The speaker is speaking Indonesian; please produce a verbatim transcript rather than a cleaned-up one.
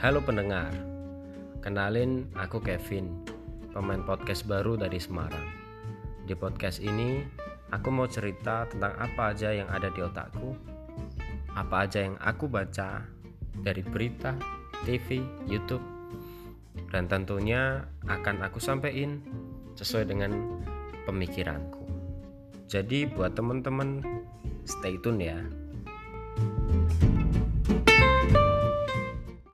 Halo pendengar, kenalin aku Kevin, pemain podcast baru dari Semarang. Di podcast ini, aku mau cerita tentang apa aja yang ada di otakku, apa aja yang aku baca dari berita, T V, YouTube, dan tentunya akan aku sampaikan sesuai dengan pemikiranku. Jadi buat teman-teman, stay tune ya.